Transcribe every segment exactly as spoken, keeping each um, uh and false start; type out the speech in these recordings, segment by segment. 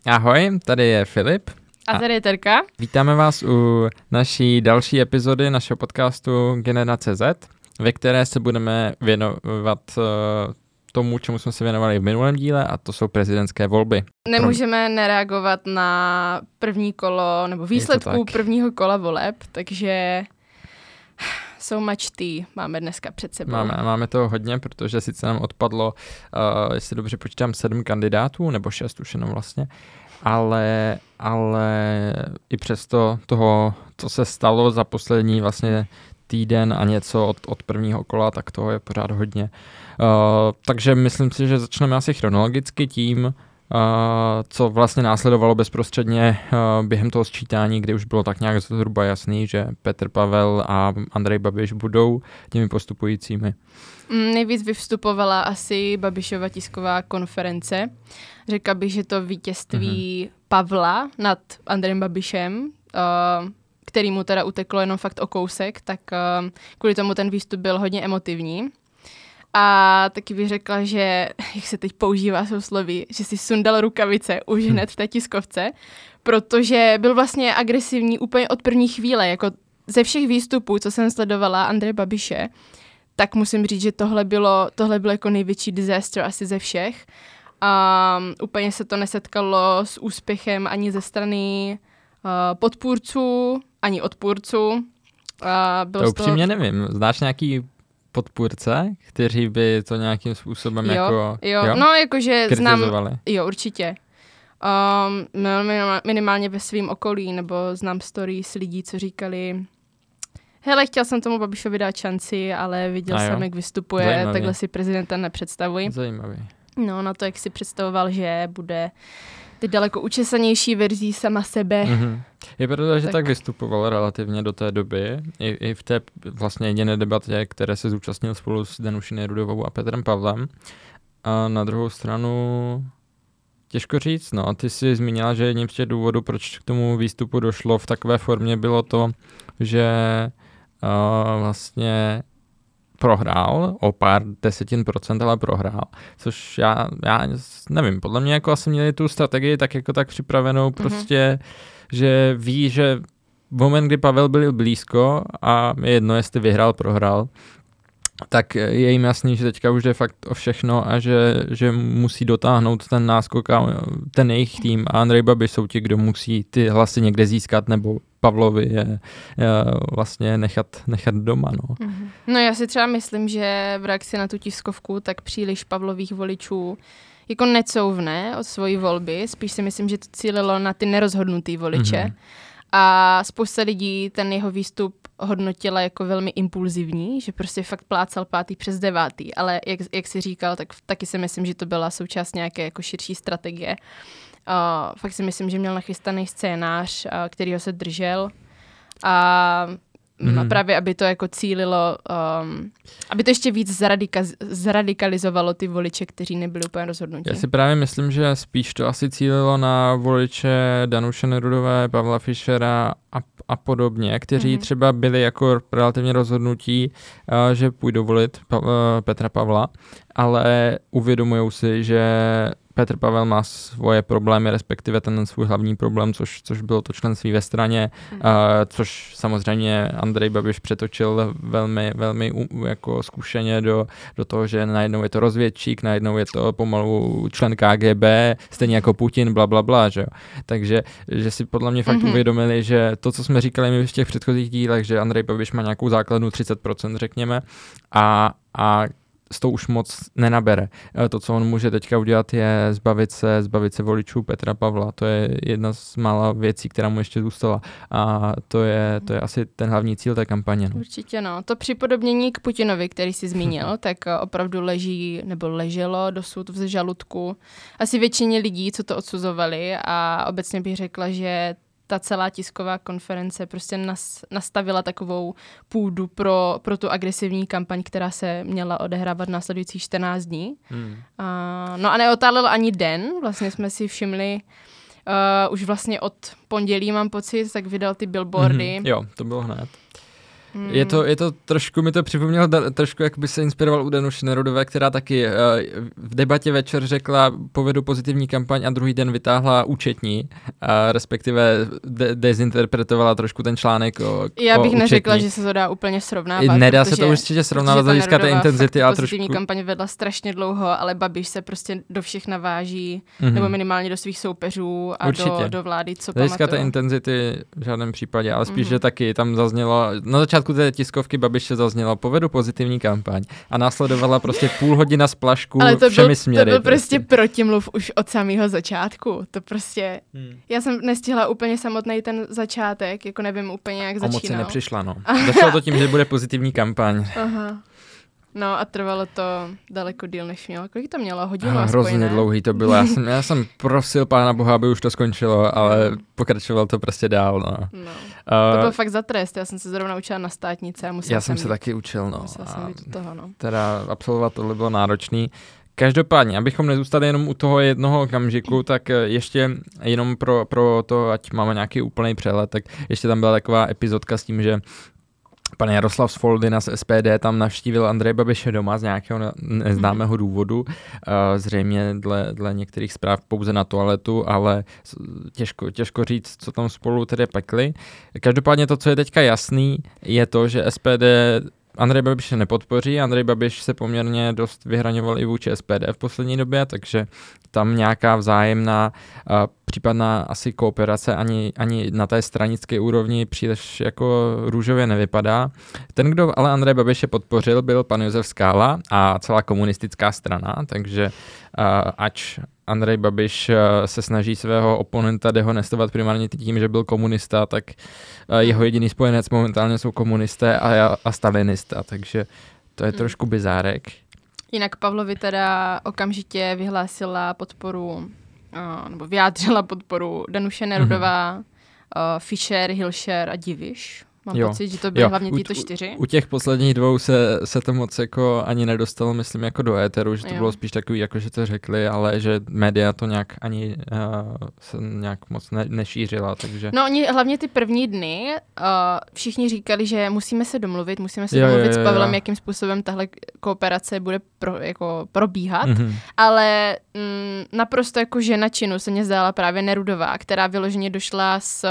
Ahoj, tady je Filip. A tady je Terka. Vítáme vás u naší další epizody našeho podcastu Generace Z, ve které se budeme věnovat uh, tomu, čemu jsme se věnovali v minulém díle, a to jsou prezidentské volby. Nemůžeme nereagovat na první kolo, nebo výsledků prvního kola voleb, takže so much tea máme dneska před sebou. Máme, máme toho hodně, protože sice nám odpadlo, uh, jestli dobře počítám, sedm kandidátů, nebo šest už jenom vlastně, ale, ale i přesto toho, co se stalo za poslední vlastně týden a něco od, od prvního kola, tak toho je pořád hodně. Uh, takže myslím si, že začneme asi chronologicky tím, uh, co vlastně následovalo bezprostředně uh, během toho sčítání, kdy už bylo tak nějak zhruba jasný, že Petr Pavel a Andrej Babiš budou těmi postupujícími. Nejvíc vyvstupovala asi Babišova tisková konference. Řekla bych, že to vítězství mm-hmm. Pavla nad Andrejem Babišem, uh, který mu teda uteklo jenom fakt o kousek, tak uh, kvůli tomu ten výstup byl hodně emotivní. A taky bych řekla, že, jak se teď používá sousloví, že si sundal rukavice už hned v té tiskovce, protože byl vlastně agresivní úplně od první chvíle. Jako ze všech výstupů, co jsem sledovala Andreje Babiše, tak musím říct, že tohle bylo, tohle bylo jako největší disaster asi ze všech. Um, úplně se to nesetkalo s úspěchem ani ze strany uh, podpůrců, ani odpůrců. Uh, to upřímně toho... nevím. Znáš nějaký podpůrce, kteří by to nějakým způsobem jo, jako jo, jo, no jakože znám, jo určitě. Um, minimálně ve svém okolí, nebo znám stories lidí, co říkali, hele, chtěl jsem tomu Babišovi dát šanci, ale viděl jsem, jak vystupuje, zajímavý. Takhle si prezidenta nepředstavuji. Zajímavý. No, na to, jak si představoval, že bude ty daleko učesanější verzí sama sebe. Mm-hmm. Je pravda, že tak. tak vystupoval relativně do té doby. I, i v té vlastně jediné debatě, které se zúčastnil spolu s Danuší Nerudovou a Petrem Pavlem. A na druhou stranu těžko říct, no. A ty jsi zmínila, že jedním z těch důvodů, proč k tomu výstupu došlo v takové formě, bylo to, že uh, vlastně prohrál o pár desetin procent, ale prohrál, což já, já nevím, podle mě jako asi měli tu strategii tak jako tak připravenou, prostě, mm-hmm. že ví, že v moment, kdy Pavel byl blízko a je jedno, jestli vyhrál, prohrál, tak je jim jasný, že teďka už jde fakt o všechno a že, že musí dotáhnout ten náskok a ten jejich tým a Andrej Babiš jsou ti, kdo musí ty hlasy někde získat, nebo Pavlovi je, je vlastně nechat, nechat doma. No. Mm-hmm. no já si třeba myslím, že v reakci na tu tiskovku tak příliš Pavlových voličů jako necouvne od svojí volby, spíš si myslím, že to cílilo na ty nerozhodnutý voliče. Mm-hmm. A spousta lidí ten jeho výstup hodnotila jako velmi impulzivní, že prostě fakt plácal pátý přes devátý, ale jak, jak jsi říkal, tak taky si myslím, že to byla součást nějaké jako širší strategie. Uh, fakt si myslím, že měl nachystaný scénář, uh, kterýho se držel a mm. právě, aby to jako cílilo, um, aby to ještě víc zaradika- zradikalizovalo ty voliče, kteří nebyli úplně rozhodnutí. Já si právě myslím, že spíš to asi cílilo na voliče Danuše Nerudové, Pavla Fischera a, a podobně, kteří mm. třeba byli jako relativně rozhodnutí, uh, že půjdou volit pa- uh, Petra Pavla, ale uvědomujou si, že Petr Pavel má svoje problémy, respektive ten svůj hlavní problém, což, což bylo to členství ve straně, mm. uh, což samozřejmě Andrej Babiš přetočil velmi, velmi uh, jako zkušeně do, do toho, že najednou je to rozvědčík, najednou je to pomalu člen K G B, stejně jako Putin, bla, bla, bla, že jo. Takže, že si podle mě fakt mm-hmm. uvědomili, že to, co jsme říkali my v těch předchozích dílech, že Andrej Babiš má nějakou základnu třicet procent, řekněme, a, a s tou už moc nenabere. To, co on může teďka udělat, je zbavit se, zbavit se voličů Petra Pavla. To je jedna z mála věcí, která mu ještě zůstala. A to je, to je asi ten hlavní cíl té kampaně. No. Určitě no. To připodobnění k Putinovi, který jsi zmínil, tak opravdu leží, nebo leželo dosud v žaludku asi většině lidí, co to odsuzovali, a obecně bych řekla, že ta celá tisková konference prostě nas, nastavila takovou půdu pro, pro tu agresivní kampaň, která se měla odehrávat následujících čtrnáct dní. Hmm. A, no a neotálil ani den, vlastně jsme si všimli, uh, už vlastně od pondělí mám pocit, tak vydal ty billboardy. Mm-hmm. Jo, to bylo hned. Mm. Je, to, je to trošku, mi to připomnělo, da, trošku jak by se inspiroval u Danuše Nerudové, která taky uh, v debatě večer řekla, povedu pozitivní kampaň a druhý den vytáhla účetní, uh, respektive de- dezinterpretovala trošku ten článek o Já bych o neřekla, účetní. že se to dá úplně srovnávat. Nedá se to určitě srovnávat z hlediska té intenzity, ale pozitivní trošku... kampaň vedla strašně dlouho, ale Babiš se prostě do všech naváží, mm-hmm. nebo minimálně do svých soupeřů a do, do vlády, co pamatuju. Z hlediska té intenzity v žádném případě, ale spíš, mm-hmm. že taky tam zaznělo, na začátku té tiskovky Babiše zaznělo, povedu pozitivní kampaň a následovala prostě půl hodina z plašku ale to všemi byl, směry. To byl prostě, prostě protimluv už od samého začátku. To prostě, hmm. já jsem nestihla úplně samotný ten začátek, jako nevím úplně, jak začínal. O moc si nepřišla, no. Začalo to tím, že bude pozitivní kampaň. Aha. No a trvalo to daleko díl, než mělo. Kolik to mělo? Hodinu ah, aspoň, Hrozně ne? dlouhý to bylo. Já jsem, já jsem prosil Pána Boha, aby už to skončilo, ale pokračoval to prostě dál, no. no. Uh, to byl fakt za trest. Já jsem se zrovna učila na státnice a musela Já jsem jsem se taky učil, no. Musela jsem být u toho, no. Teda absolvovat tohle bylo náročný. Každopádně, abychom nezůstali jenom u toho jednoho okamžiku, tak ještě jenom pro, pro to, ať máme nějaký úplný přehled, tak ještě tam byla taková epizodka s tím, že pan Jaroslav z Foldina z S P D tam navštívil Andreje Babiše doma z nějakého neznámého důvodu, zřejmě dle, dle některých zpráv pouze na toaletu, ale těžko, těžko říct, co tam spolu tedy pekli. Každopádně to, co je teďka jasný, je to, že S P D Andrej Babiš nepodpoří, Andrej Babiš se poměrně dost vyhraňoval i vůči S P D v poslední době, takže tam nějaká vzájemná uh, případná asi kooperace ani, ani na té stranické úrovni příliš jako růžově nevypadá. Ten, kdo ale Andrej Babiše podpořil, byl pan Josef Skála a celá komunistická strana, takže uh, ač Andrej Babiš uh, se snaží svého oponenta dehonestovat primárně tím, že byl komunista, tak uh, jeho jediný spojenec momentálně jsou komunisté a, a stalinista, takže to je trošku bizárek. Jinak Pavlovi teda okamžitě vyhlásila podporu, uh, nebo vyjádřila podporu Danuše Nerudová, mm-hmm. uh, Fischer, Hilšer a Diviš. Mám jo. pocit, že to byly jo. hlavně tyto čtyři. U, u těch posledních dvou se, se to moc jako ani nedostalo, myslím, jako do éteru, že to jo. bylo spíš takový, jako že to řekli, ale že média to nějak ani uh, se nějak moc ne, nešířila, takže... No oni hlavně ty první dny uh, všichni říkali, že musíme se domluvit, musíme se jo, domluvit jo, jo, s Pavlem, jo. jakým způsobem tahle kooperace bude pro, jako probíhat, mm-hmm. ale mm, naprosto jako žena činu se mě zdála právě Nerudová, která vyloženě došla s,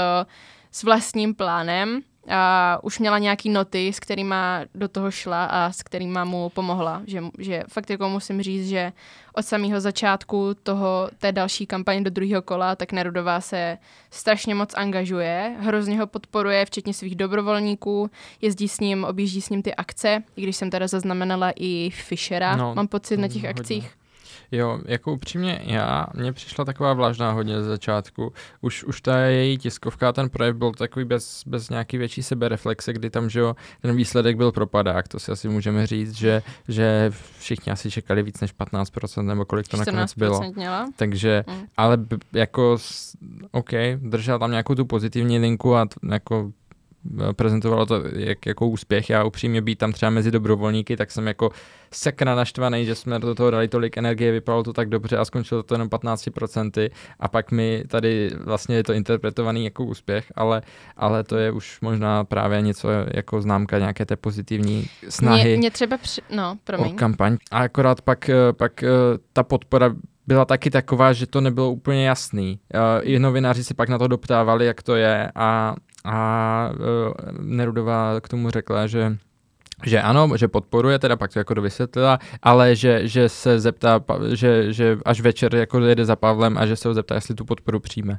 s vlastním plánem, a už měla nějaký noty, s kterýma do toho šla a s kterýma mu pomohla. Že, že fakt jako musím říct, že od samého začátku toho, té další kampaně do druhého kola, tak Nerudová se strašně moc angažuje, hrozně ho podporuje, včetně svých dobrovolníků, jezdí s ním, objíždí s ním ty akce, i když jsem teda zaznamenala i Fischera, no, mám pocit na těch hodně. akcích. Jo, jako upřímně já, mně přišla taková vlažná hodně ze začátku. Už, už ta její tiskovka, ten projev byl takový bez, bez nějaký větší sebereflexe, kdy tam, že jo, ten výsledek byl propadák, to si asi můžeme říct, že, že všichni asi čekali víc než patnáct procent, nebo kolik to nakonec bylo. Měla. Takže, mm. ale b, jako, OK, držel tam nějakou tu pozitivní linku a t, jako prezentovalo to jak, jako úspěch. Já upřímně být tam třeba mezi dobrovolníky, tak jsem jako sakra naštvaný, že jsme do toho dali tolik energie, vypadalo to tak dobře a skončilo to jenom patnáct procent a pak mi tady vlastně je to interpretovaný jako úspěch, ale, ale to je už možná právě něco jako známka nějaké té pozitivní snahy mě, mě třeba při... no, promiň. o kampaň. A akorát pak, pak ta podpora byla taky taková, že to nebylo úplně jasný. I novináři si pak na to doptávali, jak to je a A uh, Nerudová k tomu řekla, že, že ano, že podporuje, teda pak to jako dovysvětlila, ale že, že se zeptá, že, že až večer jako jede za Pavlem a že se ho zeptá, jestli tu podporu přijme.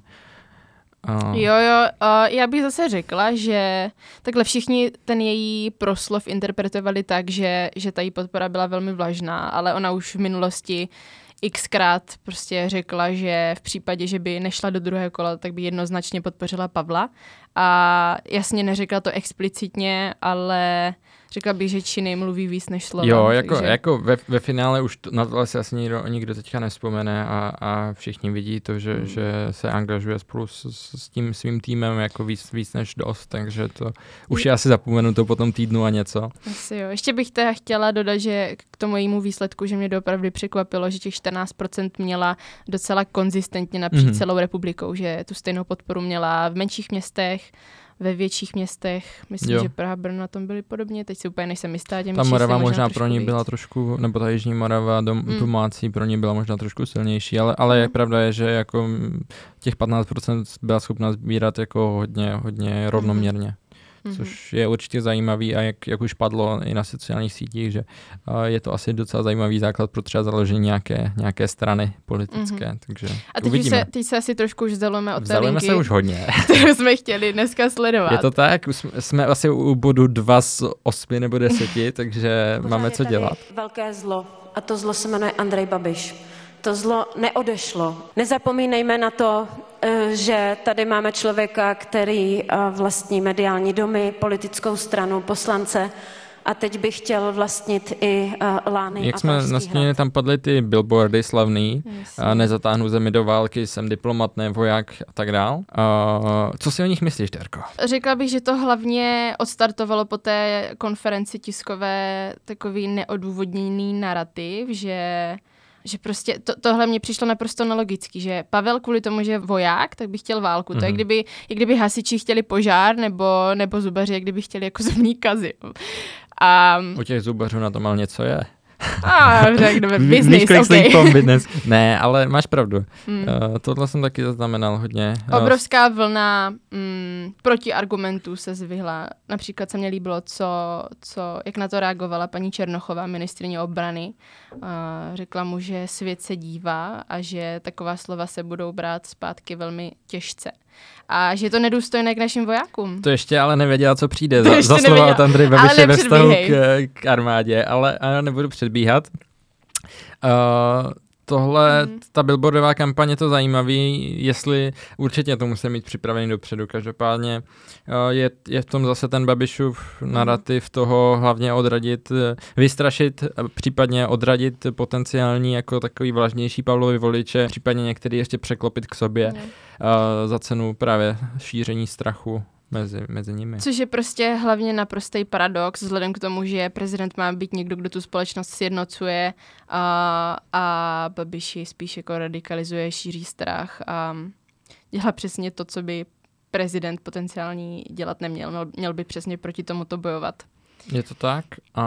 Uh. Jo, jo, uh, já bych zase řekla, že takhle všichni ten její proslov interpretovali tak, že, že ta její podpora byla velmi vlažná, ale ona už v minulosti xkrát prostě řekla, že v případě, že by nešla do druhého kola, tak by jednoznačně podpořila Pavla. A jasně neřekla to explicitně, ale řekla bych, že činy mluví víc než slova. Jo, jako, takže... jako ve, ve finále už to, na tohle se asi nikdo, nikdo teďka nevzpomene a, a všichni vidí to, že, hmm. že se angažuje spolu s, s tím svým týmem jako víc, víc než dost, takže to už je asi zapomenuto po tom týdnu a něco. Asi jo. Ještě bych teda chtěla dodat, že k tomu jejímu výsledku, že mě doopravdy překvapilo, že těch čtrnáct procent měla docela konzistentně napříč hmm. celou republikou, že tu stejnou podporu měla v menších městech, ve větších městech. Myslím, jo. že Praha, Brno na tom byly podobně. Teď si úplně nejsem jistá těmi ta Morava čísly, možná pro ní víc. byla trošku, nebo ta Jižní Morava dom, mm. domácí pro ní byla možná trošku silnější, ale, ale jak pravda je, že jako těch patnáct procent byla schopna sbírat jako hodně, hodně rovnoměrně. Mm. Což je určitě zajímavý a jak, jak už padlo i na sociálních sítích, že uh, je to asi docela zajímavý základ pro třeba založení nějaké, nějaké strany politické, mm-hmm. takže a teď uvidíme. Se, teď se asi trošku už vzdalujeme od té Vzdalujeme linky, se už hodně. kterou jsme chtěli dneska sledovat. Je to tak, jsme, jsme asi u bodu dva z osmi nebo deseti, takže Pořád máme co dělat. Velké zlo a to zlo se jmenuje Andrej Babiš. To zlo neodešlo. Nezapomínejme na to, že tady máme člověka, který vlastní mediální domy, politickou stranu, poslance a teď bych chtěl vlastnit i Lány. Jak jsme nastínili, tam padly ty billboardy slavný, a nezatáhnu zemi do války, jsem diplomat, ne voják a tak dál. A co si o nich myslíš, Terko? Řekla bych, že to hlavně odstartovalo po té konferenci tiskové takový neodůvodněný narrativ, že že prostě to, tohle mně přišlo naprosto nelogický, že Pavel kvůli tomu, že je voják, tak by chtěl válku. Mm-hmm. To je, kdyby, jak kdyby hasiči chtěli požár, nebo, nebo zubaři, jak kdyby chtěli jako zubní kazy. A u těch zubařů na tom ale něco je. A řekneme, business, okay. Ne, ale máš pravdu. Hmm. Uh, tohle jsem taky zaznamenal hodně. Obrovská vlna mm, protiargumentů se zvyhla. Například se mně líbilo, co, co, jak na to reagovala paní Černochová, ministryně obrany. Uh, řekla mu, že svět se dívá a že taková slova se budou brát zpátky velmi těžce. A že je to nedůstojné k našim vojákům. To ještě ale nevěděla, co přijde za, za slova od Andreje Babiše ve vztahu k, k armádě, ale, ale nebudu předbíhat. Uh, tohle, mm. ta billboardová kampaň je to zajímavý, jestli určitě to musí mít připravený dopředu. Každopádně uh, je, je v tom zase ten Babišův narrativ toho hlavně odradit, vystrašit, případně odradit potenciální jako takový vlažnější Pavlovi voliče, případně některý ještě překlopit k sobě. Mm. Uh, za cenu právě šíření strachu mezi, mezi nimi. Což je prostě hlavně naprostý paradox, vzhledem k tomu, že prezident má být někdo, kdo tu společnost sjednocuje a, a Babiši spíš jako radikalizuje, šíří strach a dělá přesně to, co by prezident potenciální dělat neměl. Měl, měl by přesně proti tomuto bojovat. Je to tak.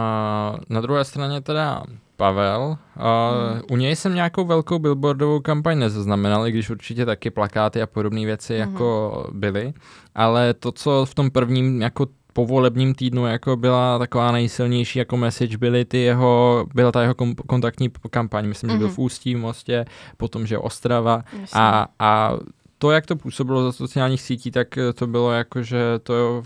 A na druhé straně teda Pavel. A hmm. U něj jsem nějakou velkou billboardovou kampaň nezaznamenal, i když určitě taky plakáty a podobné věci hmm. jako byly. Ale to, co v tom prvním jako povolebním týdnu jako byla taková nejsilnější jako message, byly ty jeho, byla ta jeho kom- kontaktní kampaň. Myslím, hmm. že byl v Ústí, v Mostě, potom, že Ostrava. A, a to, jak to působilo za sociálních sítí, tak to bylo jako, že to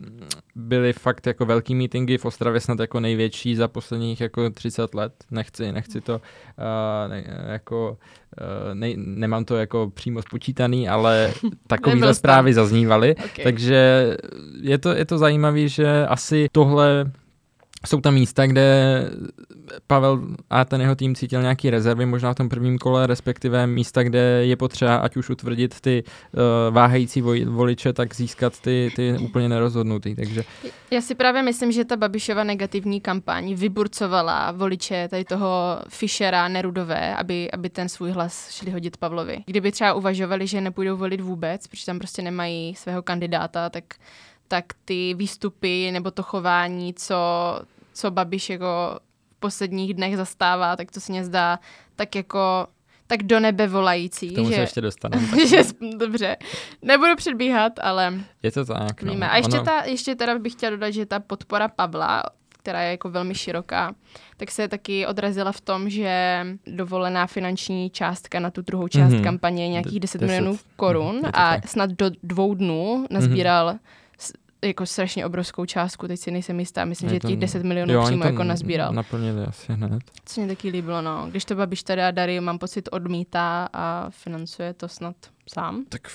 byly fakt jako velký meetingy v Ostravě, snad jako největší za posledních jako třicet let. Nechci, nechci to uh, ne, jako, uh, ne, nemám to jako přímo spočítaný, ale takovýhle zprávy zaznívaly. Okay. Takže je to, je to zajímavé, že asi tohle jsou tam místa, kde Pavel a ten jeho tým cítil nějaký rezervy, možná v tom prvním kole, respektive místa, kde je potřeba ať už utvrdit ty uh, váhající voliče, tak získat ty, ty úplně nerozhodnutý. Takže já si právě myslím, že ta Babišova negativní kampaň vyburcovala voliče tady toho Fischera, Nerudové, aby, aby ten svůj hlas šli hodit Pavlovi. Kdyby třeba uvažovali, že nepůjdou volit vůbec, protože tam prostě nemají svého kandidáta, tak tak ty výstupy nebo to chování, co, co Babiš jako v posledních dnech zastává, tak to se mě zdá tak jako tak do nebe volající. K tomu že, se ještě dostaneme. Dobře, nebudu předbíhat, ale je to tak. No. Víme. A ještě, ono... ta, ještě teda bych chtěla dodat, že ta podpora Pavla, která je jako velmi široká, tak se taky odrazila v tom, že dovolená finanční částka na tu druhou část mm-hmm. kampaně je nějakých deset milionů korun mm-hmm. a snad do dvou dnů nazbíral mm-hmm. jako strašně obrovskou částku, teď si nejsem jistá, myslím, je že těch deset milionů jo, přímo jako nazbíral. Naplnili asi hned. Co mě taky líbilo, no. Když to Babiš teda dary, mám pocit, odmítá a financuje to snad sám. Tak,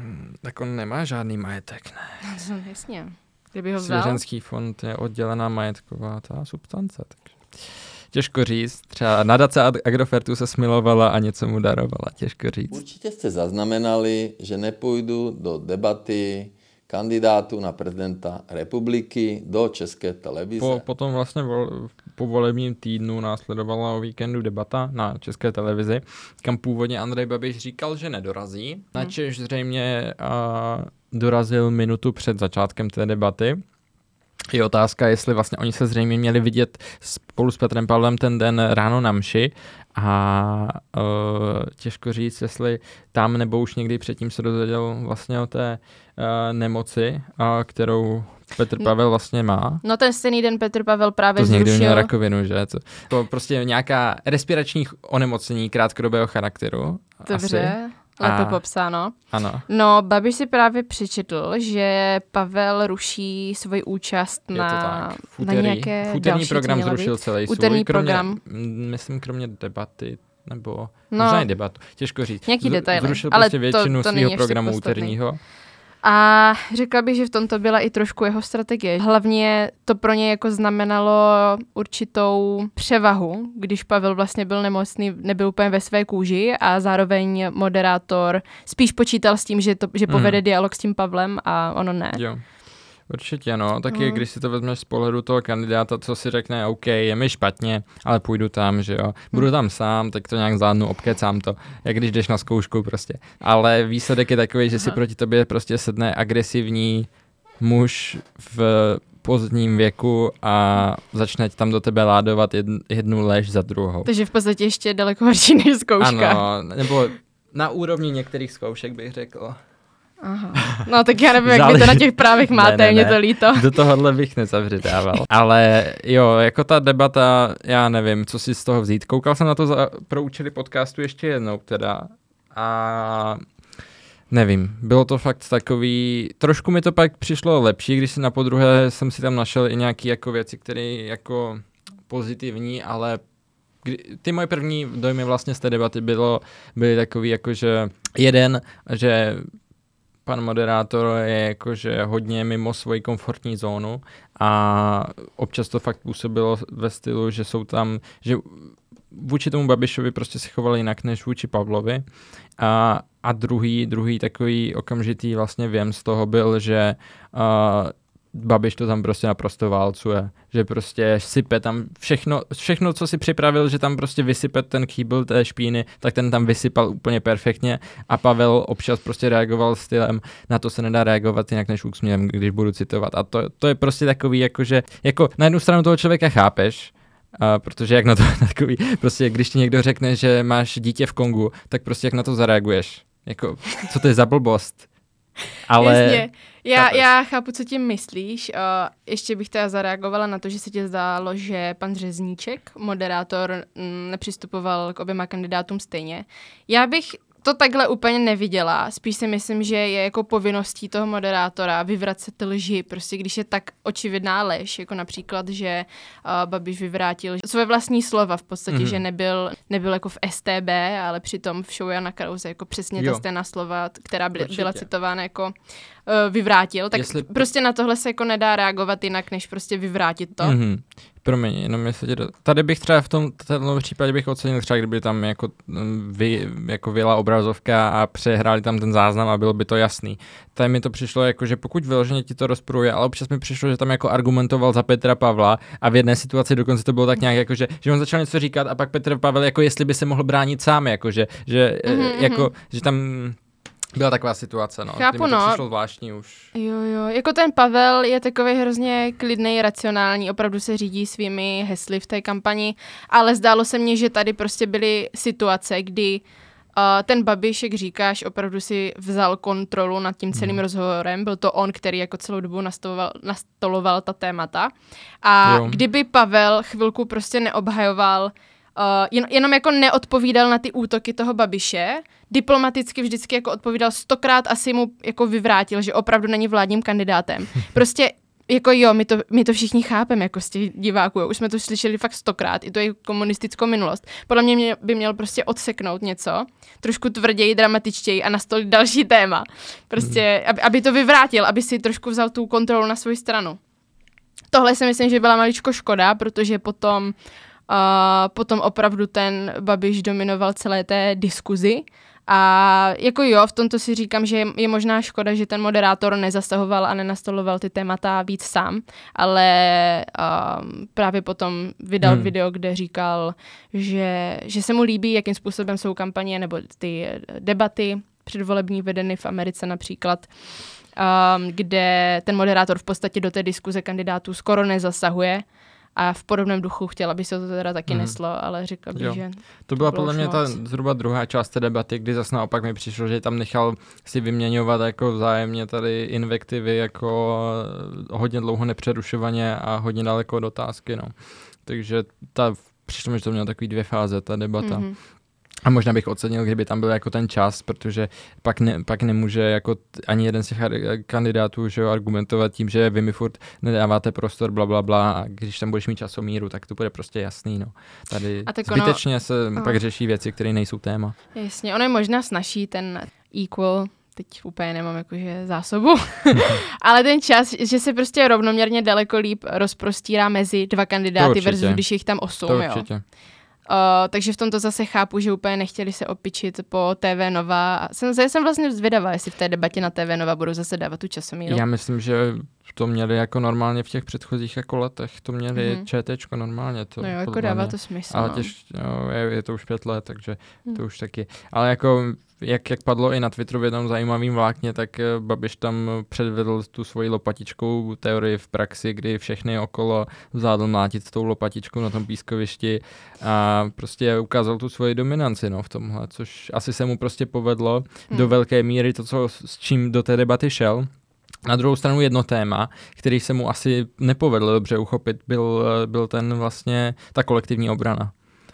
tak on nemá žádný majetek, ne? No, jasně. Kdyby ho vzal? Svěřenský fond je oddělená majetková ta substance, takže těžko říct. Třeba nadace Agrofertu se smilovala a něco mu darovala, těžko říct. Určitě jste zaznamenali, že nepůjdu do debaty kandidátu na prezidenta republiky do České televize. Po, potom vlastně vol, po volebním týdnu následovala o víkendu debata na České televizi, kam původně Andrej Babiš říkal, že nedorazí. Hmm. Načež zřejmě a, dorazil minutu před začátkem té debaty. Je otázka, jestli vlastně oni se zřejmě měli vidět spolu s Petrem Pavlem ten den ráno na mši a uh, těžko říct, jestli tam nebo už někdy předtím se dozvěděl vlastně o té uh, nemoci, uh, kterou Petr Pavel vlastně má. No ten stejný den Petr Pavel právě to někdy zrušil. měl rakovinu, že? To, to prostě nějaká respirační onemocnění krátkodobého charakteru. Dobře. Asi. Lépe A, popsáno. Ano. No, Babiš si právě přečetl, že Pavel ruší svoji účast Je na, to tak. V úterý, na nějaké v úterní další, program co mělo zrušil být? celý Úterní svůj. Kromě, program. Myslím, kromě debaty, nebo No, možná i debatu. Těžko říct. nějaký detaily, Zrušil ale prostě to- většinu to není svého ještě programu podstatný. úterního. A řekla bych, že v tomto byla i trošku jeho strategie. Hlavně to pro ně jako znamenalo určitou převahu, když Pavel vlastně byl nemocný, nebyl úplně ve své kůži a zároveň moderátor spíš počítal s tím, že, to, že povede Mm. dialog s tím Pavlem a ono ne. Jo. Určitě, no. Taky, Mm. když si to vezmeš z pohledu toho kandidáta, co si řekne, OK, je mi špatně, ale půjdu tam, že jo. Budu tam sám, tak to nějak zvládnu, obkecám to, jak když jdeš na zkoušku prostě. Ale výsledek je takový, že si Aha. proti tobě prostě sedne agresivní muž v pozdním věku a začne tam do tebe ládovat jedn, jednu lež za druhou. Takže v podstatě ještě daleko horší než zkouška. Ano, nebo na úrovni některých zkoušek bych řekl. Aha. No tak já nevím, jak vy Záleží- to na těch právech máte, Ne, ne, mě ne. to líto. Do tohohle bych nezavřidával. Ale jo, jako ta debata, já nevím, co si z toho vzít. Koukal jsem na to za, pro účely podcastu ještě jednou teda a nevím, bylo to fakt takový, trošku mi to pak přišlo lepší, když si na podruhé jsem si tam našel i nějaký jako věci, které jako pozitivní, ale kdy, ty moje první dojmy vlastně z té debaty bylo, byly takový jako, že jeden, že pan moderátor je jakože hodně mimo svoji komfortní zónu a občas to fakt působilo ve stylu, že jsou tam, že vůči tomu Babišovi prostě se chovali jinak než vůči Pavlovi. A, a druhý, druhý takový okamžitý vlastně věm z toho byl, že uh, Babiš to tam prostě naprosto válcuje, že prostě sype tam všechno, všechno, co si připravil, že tam prostě vysype ten kýbl té špíny, tak ten tam vysypal úplně perfektně a Pavel občas prostě reagoval stylem, na to se nedá reagovat jinak než úsměvem, když budu citovat. A to, to je prostě takový, jakože, jako na jednu stranu toho člověka chápeš, a protože jak na to takový, prostě když ti někdo řekne, že máš dítě v Kongu, tak prostě jak na to zareaguješ, jako, co to je za blbost? Ale... Jasně. Já, chápeš. já chápu, co tím myslíš. Uh, ještě bych teda zareagovala na to, že se ti zdálo, že pan Řezníček, moderátor, m, nepřistupoval k oběma kandidátům stejně. Já bych to takhle úplně neviděla. Spíš si myslím, že je jako povinností toho moderátora vyvracet lži, prostě když je tak očividná lež, jako například, že uh, Babiš vyvrátil své vlastní slova v podstatě, Mhm. mm-hmm. že nebyl, nebyl jako v S T B, ale přitom v show Jana Krause jako přesně Jo. ta stejná slova, která by, Určitě. byla citována jako uh, vyvrátil, tak Jestli- prostě na tohle se jako nedá reagovat jinak, než prostě vyvrátit to. Mm-hmm. Promiň, jenom jestli tě do... Tady bych třeba v tom tomhle případě bych ocenil třeba, kdyby tam jako, mm, vy, jako vyjela obrazovka a přehráli tam ten záznam a bylo by to jasný. Tady mi to přišlo jako, že pokud vyloženě ti to rozpruje, ale občas mi přišlo, že tam jako argumentoval za Petra Pavla a v jedné situaci dokonce to bylo tak nějak jako, že, že on začal něco říkat a pak Petr Pavel jako jestli by se mohl bránit sám, jako, že, že, Mhm, jako, že tam byla taková situace, no. Chápu, Kdy mi to no. přišlo zvláštní už. Jo, jo, jako ten Pavel je takový hrozně klidný, racionální, opravdu se řídí svými hesly v té kampani, ale zdálo se mně, že tady prostě byly situace, kdy uh, ten Babiš, jak říkáš, opravdu si vzal kontrolu nad tím celým Hmm. rozhovorem, byl to on, který jako celou dobu nastoloval, nastoloval ta témata a Jo. kdyby Pavel chvilku prostě neobhajoval Uh, jen, jenom jako neodpovídal na ty útoky toho Babiše, diplomaticky vždycky jako odpovídal stokrát, asi mu jako vyvrátil, že opravdu není vládním kandidátem. Prostě jako jo, my to, my to všichni chápeme jako z těch diváků, jo. Už jsme to slyšeli fakt stokrát, i to je komunistickou minulost. Podle mě, mě by měl prostě odseknout něco, trošku tvrději, dramatičtěji a nastolit další téma. Prostě, aby, aby to vyvrátil, aby si trošku vzal tu kontrolu na svou stranu. Tohle si myslím, že byla maličko škoda, protože potom a potom opravdu ten Babiš dominoval celé té diskuzi. A jako jo, v tomto si říkám, že je možná škoda, že ten moderátor nezasahoval a nenastoloval ty témata víc sám, ale um, právě potom vydal Hmm. video, kde říkal, že, že se mu líbí, jakým způsobem jsou kampaně nebo ty debaty předvolební vedeny v Americe například. um, kde ten moderátor v podstatě do té diskuze kandidátů skoro nezasahuje. A v podobném duchu chtěla, aby se to teda taky mm. neslo, ale řekla bych, že... To byla podle mě ta zhruba druhá část té debaty, kdy zase naopak mi přišlo, že tam nechal si vyměňovat jako vzájemně tady invektivy jako hodně dlouho nepřerušovaně a hodně daleko od otázky, no. Takže ta, přišlo mi, že to mělo takový dvě fáze, ta debata. Mm-hmm. A možná bych ocenil, kdyby tam byl jako ten čas, protože pak, ne, pak nemůže jako t- ani jeden z těch kandidátů, že jo, argumentovat tím, že vy mi furt nedáváte prostor, bla, bla, bla, a když tam budeš mít časomíru, tak to bude prostě jasný, no. Tady zbytečně ono, se aha. pak řeší věci, které nejsou téma. Jasně, ono je možná snaží ten equal, teď úplně nemám jakože zásobu, ale ten čas, že se prostě rovnoměrně daleko líp rozprostírá mezi dva kandidáty versus když jich tam osm, to jo. Určitě. Uh, takže v tomto zase chápu, že úplně nechtěli se opičit po T V Nova. Jsem, jsem vlastně zvědavá, jestli v té debatě na T V Nova budou zase dávat tu časomíru. Já myslím, že to měli jako normálně v těch předchozích jako letech. To měli mm-hmm. ČTčko normálně. To, no jo, jako dává mě. To smysl. Ale no. těž, jo, je, je to už pět let, takže mm. to už taky. Ale jako jak, jak padlo i na Twitteru v jednom zajímavým vlákně, tak Babiš tam předvedl tu svoji lopatičkou teorii v praxi, kdy všechny okolo zvládl mlátit tou lopatičkou na tom pískovišti a prostě ukázal tu svoji dominanci, no, v tomhle, což asi se mu prostě povedlo hmm. do velké míry to, co, s čím do té debaty šel. Na druhou stranu jedno téma, který se mu asi nepovedlo dobře uchopit, byl, byl ten vlastně ta kolektivní obrana.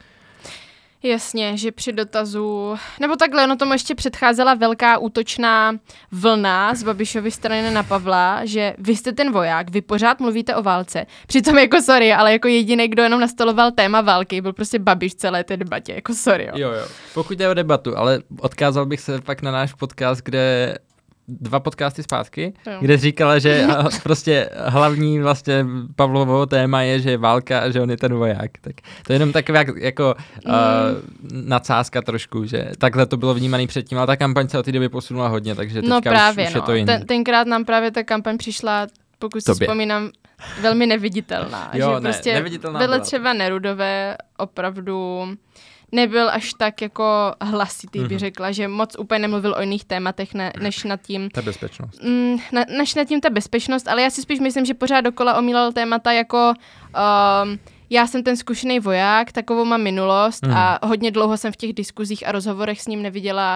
Jasně, že při dotazu, nebo takhle, no tomu ještě předcházela velká útočná vlna z Babišovy strany na Pavla, že vy jste ten voják, vy pořád mluvíte o válce. Přitom jako sorry, ale jako jediný, kdo jenom nastoloval téma války, byl prostě Babiš v celé té debatě, jako sorry. Jo, jo. jo. Pokud jde o debatu, ale odkázal bych se pak na náš podcast, kde dva podcasty zpátky, jo. kde říkala, že prostě hlavní vlastně Pavlovo téma je, že je válka a že on je ten voják. Tak to je jenom taková jako mm. uh, nadsázka trošku, že takhle to bylo vnímané předtím, ale ta kampaň se od té doby posunula hodně, takže teďka no právě, už, už no. je to jiný. Ten, tenkrát nám právě ta kampaň přišla, pokud si Tobě. vzpomínám, velmi neviditelná. Jo, že ne, prostě neviditelná vedle byla. třeba Nerudové opravdu nebyl až tak jako hlasitý, mm-hmm. bych řekla, že moc úplně nemluvil o jiných tématech, ne, než nad tím... Ta bezpečnost. Mm, ne, než nad tím ta bezpečnost, ale já si spíš myslím, že pořád dokola omílal témata jako um, já jsem ten zkušený voják, takovou mám minulost mm. a hodně dlouho jsem v těch diskuzích a rozhovorech s ním neviděla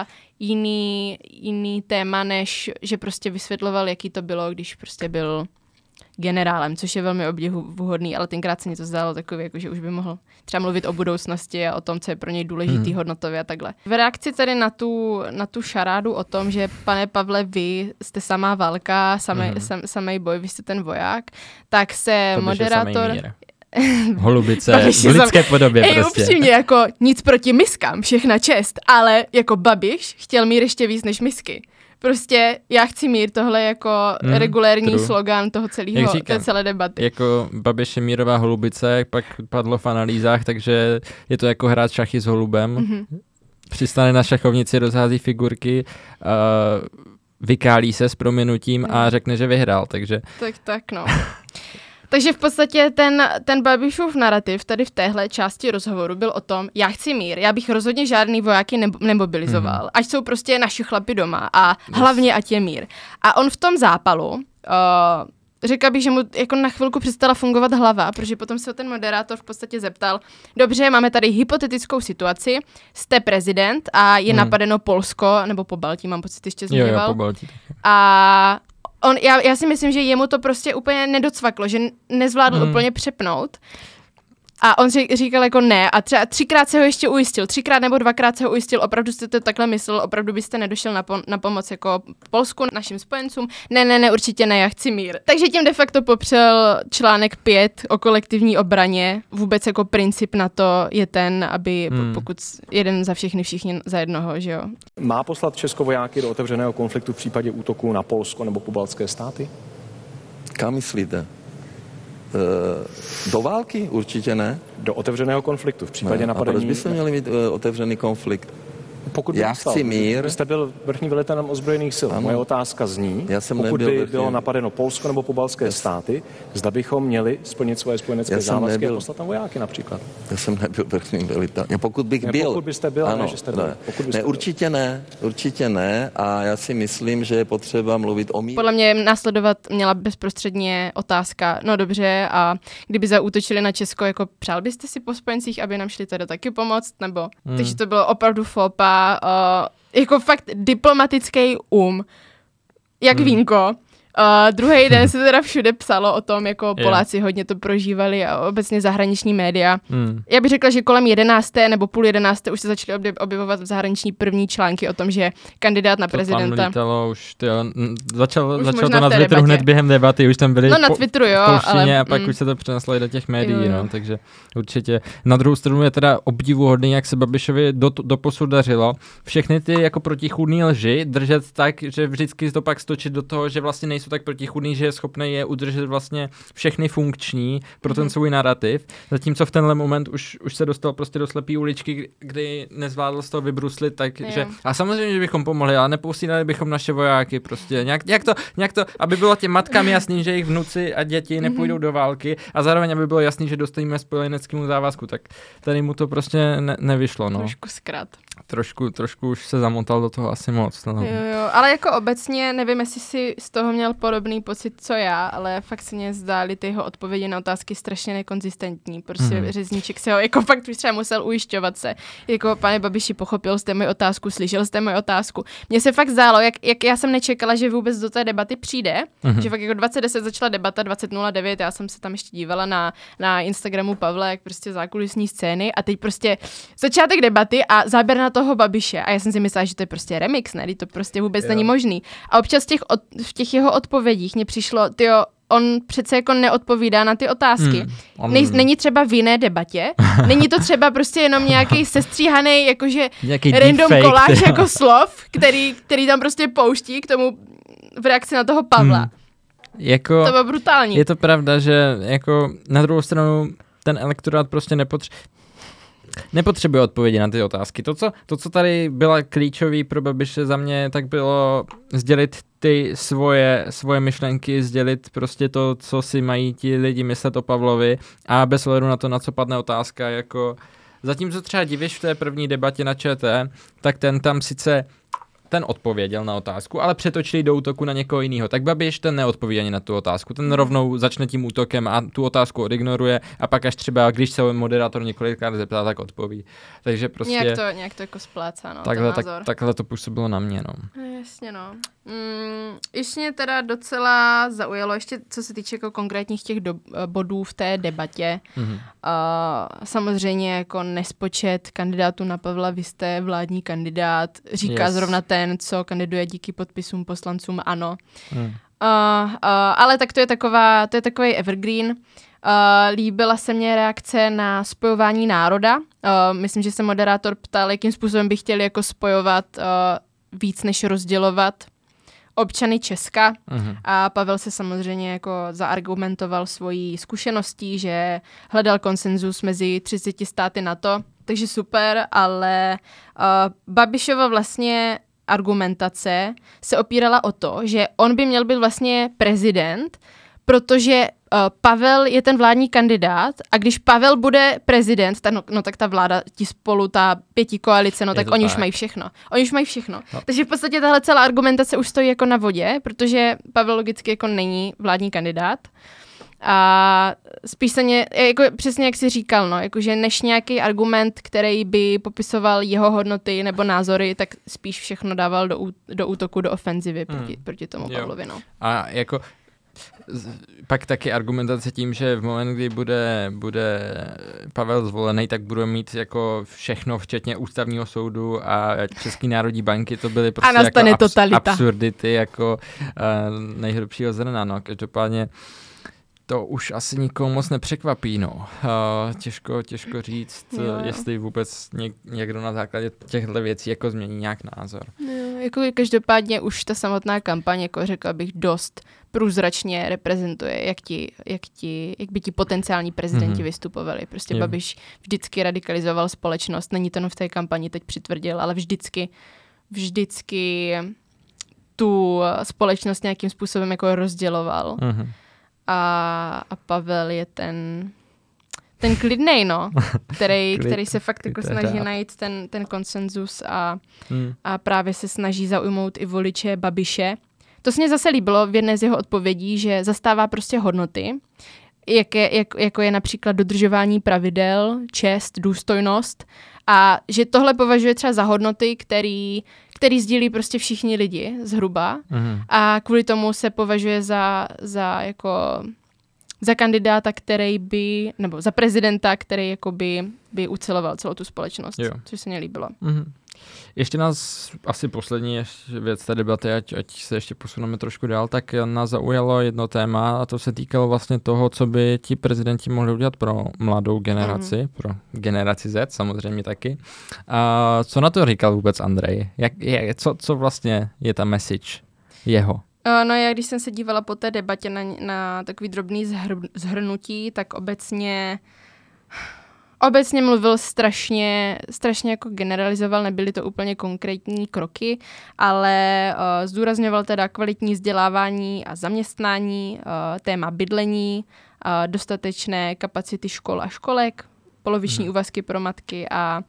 jiný, jiný téma, než že prostě vysvětloval, jaký to bylo, když prostě byl generálem, což je velmi obdivuhodný, ale tenkrát se mi to zdálo takový, jako, že už by mohl třeba mluvit o budoucnosti a o tom, co je pro něj důležitý hmm. hodnotově a takhle. V reakci tady na tu, na tu šarádu o tom, že pane Pavle, vy jste samá válka, samej, hmm. sam, samej boj, vy jste ten voják, tak se to moderátor... Holubice, v lidské podobě Ej, prostě. Upřímně, jako nic proti miskám, všechna čest, ale jako Babiš chtěl mír ještě víc než misky. Prostě já chci mír, tohle jako mm, regulérní true. slogan toho celého, té celé debaty. Jako Babiš je mírová holubice, pak padlo v analýzách, takže je to jako hrát šachy s holubem. Mm-hmm. Přistane na šachovnici, rozhází figurky, uh, vykálí se s prominutím mm. a řekne, že vyhrál, takže... Tak, tak, no. Takže v podstatě ten, ten Babišův narrativ tady v téhle části rozhovoru byl o tom, já chci mír, já bych rozhodně žádný vojáky nebo, nemobilizoval, mm. ať jsou prostě naši chlapi doma a hlavně ať je mír. A on v tom zápalu, uh, řekla bych, že mu jako na chvilku přestala fungovat hlava, protože potom se ten moderátor v podstatě zeptal, dobře, máme tady hypotetickou situaci, jste prezident a je mm. napadeno Polsko, nebo Pobaltí, mám pocit, ještě zmiňoval. Jo, jo, Pobaltí. A On, já, já si myslím, že jemu to prostě úplně nedocvaklo, že nezvládl mm. úplně přepnout. A on ři, říkal jako ne a třeba třikrát se ho ještě ujistil, třikrát nebo dvakrát se ho ujistil, opravdu jste to takhle myslel, opravdu byste nedošel na, pom- na pomoc jako Polsku, našim spojencům. Ne, ne, ne, určitě ne, já chci mír. Takže tím de facto popřel článek pět o kolektivní obraně. Vůbec jako princip na to je ten, aby hmm. pokud jeden za všechny, všichni za jednoho, že jo. Má poslat Česko vojáky do otevřeného konfliktu v případě útoku na Polsko nebo pobaltské státy? Kam myslíte? Do války? Určitě ne. Do otevřeného konfliktu v případě ne. napadení... A proč bychom měli mít uh, otevřený konflikt? Pokud by Já stal, chci mír. Vy jste byl vrchním velitelem ozbrojených sil. Ano. Moje otázka zní, Já jsem pokud nebyl by vrchním. bylo napadeno Polsko nebo pobaltské státy, zda bychom měli splnit svoje spojenecké Já jsem závazky nebyl. a poslat tam vojáky například. Já jsem nebyl vrchním velitelem. Pokud bych Ne, byl. pokud byste byl, ne, že jste byl. Ne, Pokud byste ne byl. určitě ne, určitě ne a já si myslím, že je potřeba mluvit o míru. Podle mě následovat měla bezprostředně otázka, no dobře, a kdyby zaútočili na Česko, jako přál byste si po spojencích, aby nám šli teda taky pomoct, nebo? Hmm. Takže to bylo opravdu fopa, uh, jako fakt diplomatický um, jak hmm. vínko. Uh, druhý den se teda všude psalo o tom, jako Poláci yeah. hodně to prožívali a obecně zahraniční média. Mm. Já bych řekla, že kolem jedenácté nebo půl jedenácté už se začaly objevovat v zahraniční první články o tom, že kandidát na to prezidenta... tam lítalo, už tyjo, začal, už začal to na Twitteru hned během debaty, už tam byli no, na Twitteru, jo, po, ale, ale, a pak mm. už se to přeneslo i do těch médií, jo, jo. No, takže určitě. Na druhou stranu je teda obdivuhodný, jak se Babišovi do, doposud dařilo všechny ty jako protichůdné lži držet tak, že vždycky to pak stočit do toho, že vlastně nejsou tak protichůdný, že je schopný je udržet vlastně všechny funkční pro ten svůj narrativ, zatímco v tenhle moment už, už se dostal prostě do slepý uličky, kdy nezvládl z toho vybruslit, takže a samozřejmě, že bychom pomohli, ale neposílali bychom naše vojáky prostě, nějak, nějak, to, nějak to, aby bylo těm matkám jasný, že jejich vnuci a děti nepůjdou do války a zároveň, aby bylo jasný, že dostojíme spojeneckému závazku, tak tady mu to prostě ne, nevyšlo, no. Trošku zkrát. Trošku, trošku už se zamotal do toho asi moc. No. Jo, jo, ale jako obecně, nevím, jestli si z toho měl podobný pocit, co já, ale fakt se mě zdály ty jeho odpovědi na otázky strašně nekonzistentní. Prostě mm-hmm. Řezníček se ho jako fakt třeba musel ujišťovat se. Jako, pane Babiši, pochopil jste moji otázku, slyšel jste moji otázku. Mně se fakt zdálo, jak, jak já jsem nečekala, že vůbec do té debaty přijde, mm-hmm. že fakt jako dvacet deset začala debata, dvacet nula devět, já jsem se tam ještě dívala na, na Instagramu Pavla, jak prostě zákulisní scény a teď prostě začátek debaty a záběr na toho Babiše. A já jsem si myslela, že to je prostě remix, ne? To prostě vůbec jo. není možný. A občas těch od, v těch jeho odpovědích mně přišlo, tyjo, on přece jako neodpovídá na ty otázky. Hmm, on... Nej, není třeba v jiné debatě, není to třeba prostě jenom nějaký sestříhaný, jakože nějaký random koláž jako slov, který, který tam prostě pouští k tomu v reakci na toho Pavla. Hmm. Jako, to bylo brutální. Je to pravda, že jako na druhou stranu ten elektorát prostě nepotřebuje nepotřebuje odpovědi na ty otázky. To co, to, co tady byla klíčový pro Babiše za mě, tak bylo sdělit ty svoje, svoje myšlenky, sdělit prostě to, co si mají ti lidi myslet o Pavlovi a bez ohledu na to, na co padne otázka, jako zatímco třeba Diviš v té první debatě na ČT, tak ten tam sice ten odpověděl na otázku, ale přetočili do útoku na někoho jiného. Tak Babiš ten neodpoví ani na tu otázku. Ten rovnou začne tím útokem a tu otázku odignoruje a pak až třeba, když se moderátor několikrát zeptá, tak odpoví. Takže prostě... Nějak to, nějak to jako splécá, no, takhle, tak, takhle to působilo na mě, no. no jasně, no. Mm, ještě mě teda docela zaujalo, ještě co se týče jako konkrétních těch do, bodů v té debatě. Mm-hmm. Uh, samozřejmě jako nespočet kandidátů na Pavla, vy jste vládní kandidát, říká yes. zrovna ten, co kandiduje díky podpisům poslancům ANO. Mm. Uh, uh, ale tak to je taková, to je takový evergreen. Uh, líbila se mně reakce na spojování národa. Uh, myslím, že se moderátor ptal, jakým způsobem by chtěli jako spojovat uh, víc než rozdělovat občany Česka. Uh-huh. A Pavel se samozřejmě jako zaargumentoval svojí zkušeností, že hledal konsenzus mezi třiceti státy NATO, takže super, ale uh, Babišova vlastně argumentace se opírala o to, že on by měl být vlastně prezident, protože uh, Pavel je ten vládní kandidát a když Pavel bude prezident, tak no, no tak ta vláda, ti spolu, ta pěti koalice, no je tak oni tak. už mají všechno. Oni už mají všechno. No. Takže v podstatě tahle celá argumentace už stojí jako na vodě, protože Pavel logicky jako není vládní kandidát. A spíš se ně, jako přesně jak jsi říkal, no, jakože než nějaký argument, který by popisoval jeho hodnoty nebo názory, tak spíš všechno dával do, do útoku, do ofenzivy hmm. proti, proti tomu jo. Pavlovi, no. A jako pak taky argumentace tím, že v moment, kdy bude, bude Pavel zvolený, tak bude mít jako všechno, včetně ústavního soudu a České národní banky, to byly prostě jako abs- absurdity jako uh, nejhrubšího zrna, no. Každopádně to už asi nikomu moc nepřekvapí, no. Uh, těžko, těžko říct, jo, jo. jestli vůbec něk- někdo na základě těchto věcí jako změní nějak názor. Jo. jako každopádně už ta samotná kampaň, jako řekla bych, dost průzračně reprezentuje, jak, ti, jak, ti, jak by ti potenciální prezidenti mm-hmm. vystupovali. Prostě jo. Babiš vždycky radikalizoval společnost, není to no v té kampani teď přitvrdil, ale vždycky, vždycky tu společnost nějakým způsobem jako rozděloval. Mm-hmm. A, a Pavel je ten... Ten klidnej, no, který, Klid, který se fakt jako snaží rád. najít ten, ten konsenzus a, hmm. a právě se snaží zaujmout i voliče Babiše. To se mě zase líbilo v jedné z jeho odpovědí, že zastává prostě hodnoty, jak je, jak, jako je například dodržování pravidel, čest, důstojnost a že tohle považuje třeba za hodnoty, který, který sdílí prostě všichni lidi zhruba hmm. a kvůli tomu se považuje za, za jako... za kandidáta, který by, nebo za prezidenta, který jakoby by uceloval celou tu společnost, jo. Což se mně líbilo. Mm-hmm. Ještě nás, asi poslední věc té debaty, ať, ať se ještě posuneme trošku dál, tak nás zaujalo jedno téma a to se týkalo vlastně toho, co by ti prezidenti mohli udělat pro mladou generaci, mm-hmm. pro generaci Z samozřejmě taky. A co na to říkal vůbec Andrej? Jak, jak, co, co vlastně je ta message jeho? No já, když jsem se dívala po té debatě na, na takový drobný zhr, zhrnutí, tak obecně obecně mluvil strašně, strašně jako generalizoval, nebyly to úplně konkrétní kroky, ale uh, zdůrazňoval teda kvalitní vzdělávání a zaměstnání, uh, téma bydlení, uh, dostatečné kapacity škol a školek, poloviční hmm. úvazky pro matky a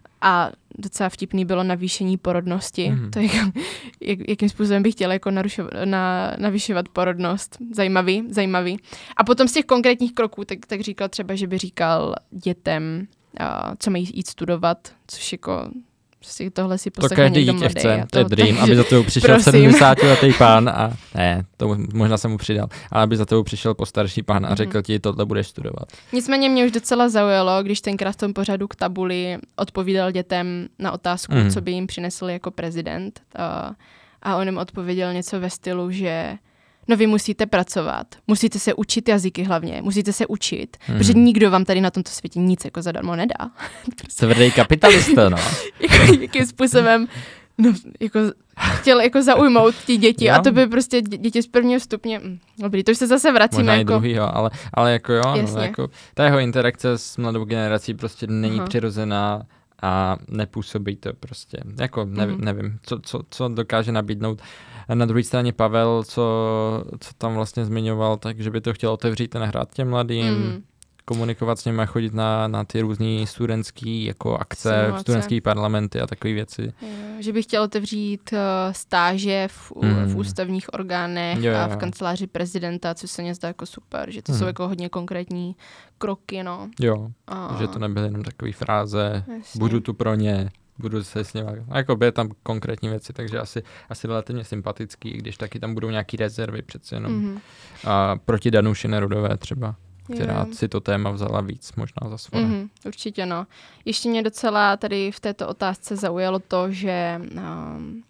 A docela vtipný bylo navýšení porodnosti. Mm. To je, jak, jakým způsobem bych chtěla jako narušovat, na, navyšovat porodnost. Zajímavý, zajímavý. A potom z těch konkrétních kroků, tak, tak říkal třeba, že by říkal dětem, uh, co mají jít studovat, což jako prostě tohle si poslechne někdo mladý. To každý dítě chce, to je dream, aby za tebou přišel sedmdesátiletý pán a ne, to možná jsem mu přidal, ale aby za tebou přišel postarší pán a řekl ti, tohle budeš studovat. Nicméně mě už docela zaujalo, když tenkrát v tom pořadu k tabuli odpovídal dětem na otázku, mm. co by jim přinesl jako prezident a, a on jim odpověděl něco ve stylu, že no vy musíte pracovat, musíte se učit jazyky hlavně, musíte se učit, hmm. protože nikdo vám tady na tomto světě nic jako zadarmo nedá. Tvrdý kapitalista, no. Jakým způsobem no, jako, chtěl jako zaujmout ty děti jo. A to by prostě děti z prvního stupně, dobrý, to už se zase vracíme. Možná jako... i druhýho, ale, ale jako jo, no, jako, ta jeho interakce s mladou generací prostě není Aha. přirozená a nepůsobí to prostě, jako nevím, mm. nevím co, co, co dokáže nabídnout. Na druhé straně Pavel, co, co tam vlastně zmiňoval, takže by to chtěl otevřít ten hrad těm mladým, mm. komunikovat s nimi a chodit na, na ty různý studentský jako akce, studentský parlamenty a takové věci. Jo, že by chtěl otevřít uh, stáže v, mm. v ústavních orgánech jo, a v kanceláři prezidenta, což se mě zdá jako super, že to mm. jsou jako hodně konkrétní kroky, no. Jo, a... že to nebyly jenom takové fráze, jasně. Budu tu pro ně. Budu se s nimi, jako by tam konkrétní věci, takže asi, asi relativně sympatický, když taky tam budou nějaký rezervy přece jenom mm-hmm. a proti Danuši Nerudové třeba, která jo. si to téma vzala víc možná za svoje. Mm-hmm, určitě no. Ještě mě docela tady v této otázce zaujalo to, že um,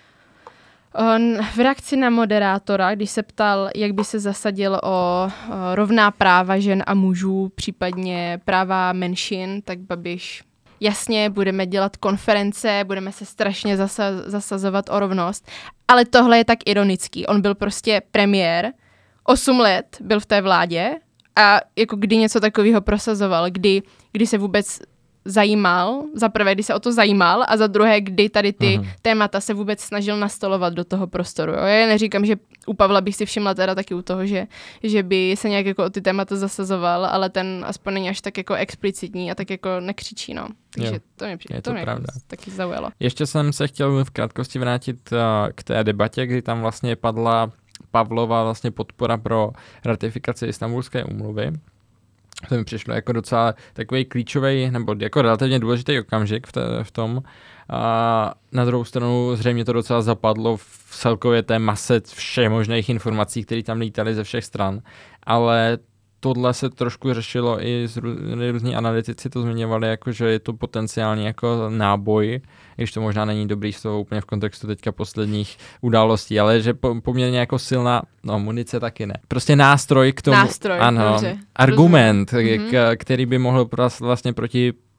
on v reakci na moderátora, když se ptal, jak by se zasadil o, o rovná práva žen a mužů, případně práva menšin, tak Babiš jasně, budeme dělat konference, budeme se strašně zasa- zasazovat o rovnost, ale tohle je tak ironický. On byl prostě premiér, osm let byl v té vládě a jako kdy něco takového prosazoval, kdy, kdy se vůbec zajímal, za prvé, kdy se o to zajímal a za druhé, kdy tady ty uh-huh. témata se vůbec snažil nastolovat do toho prostoru. Jo? Já neříkám, že u Pavla bych si všimla teda taky u toho, že, že by se nějak jako o ty témata zasazoval, ale ten aspoň není až tak jako explicitní a tak jako nekřičí, no. Takže jo, to mě, je to to mě pravda. taky zaujalo. Ještě jsem se chtěl v krátkosti vrátit uh, k té debatě, kdy tam vlastně padla Pavlova vlastně podpora pro ratifikaci Istanbulské úmluvy. To mi přišlo jako docela takový klíčový nebo jako relativně důležitý okamžik v, té, v tom. A na druhou stranu zřejmě to docela zapadlo v celkově té mase všech možných informací, které tam lítaly ze všech stran. Ale tohle se trošku řešilo i z různí analytici to zmiňovali, jako, že je to potenciálně jako náboj, když to možná není dobrý z toho úplně v kontextu teďka posledních událostí, ale že po, poměrně jako silná, no munice taky ne. Prostě nástroj k tomu, nástroj, ano, dobře, argument, rozumím. k, který by mohl vlastně proti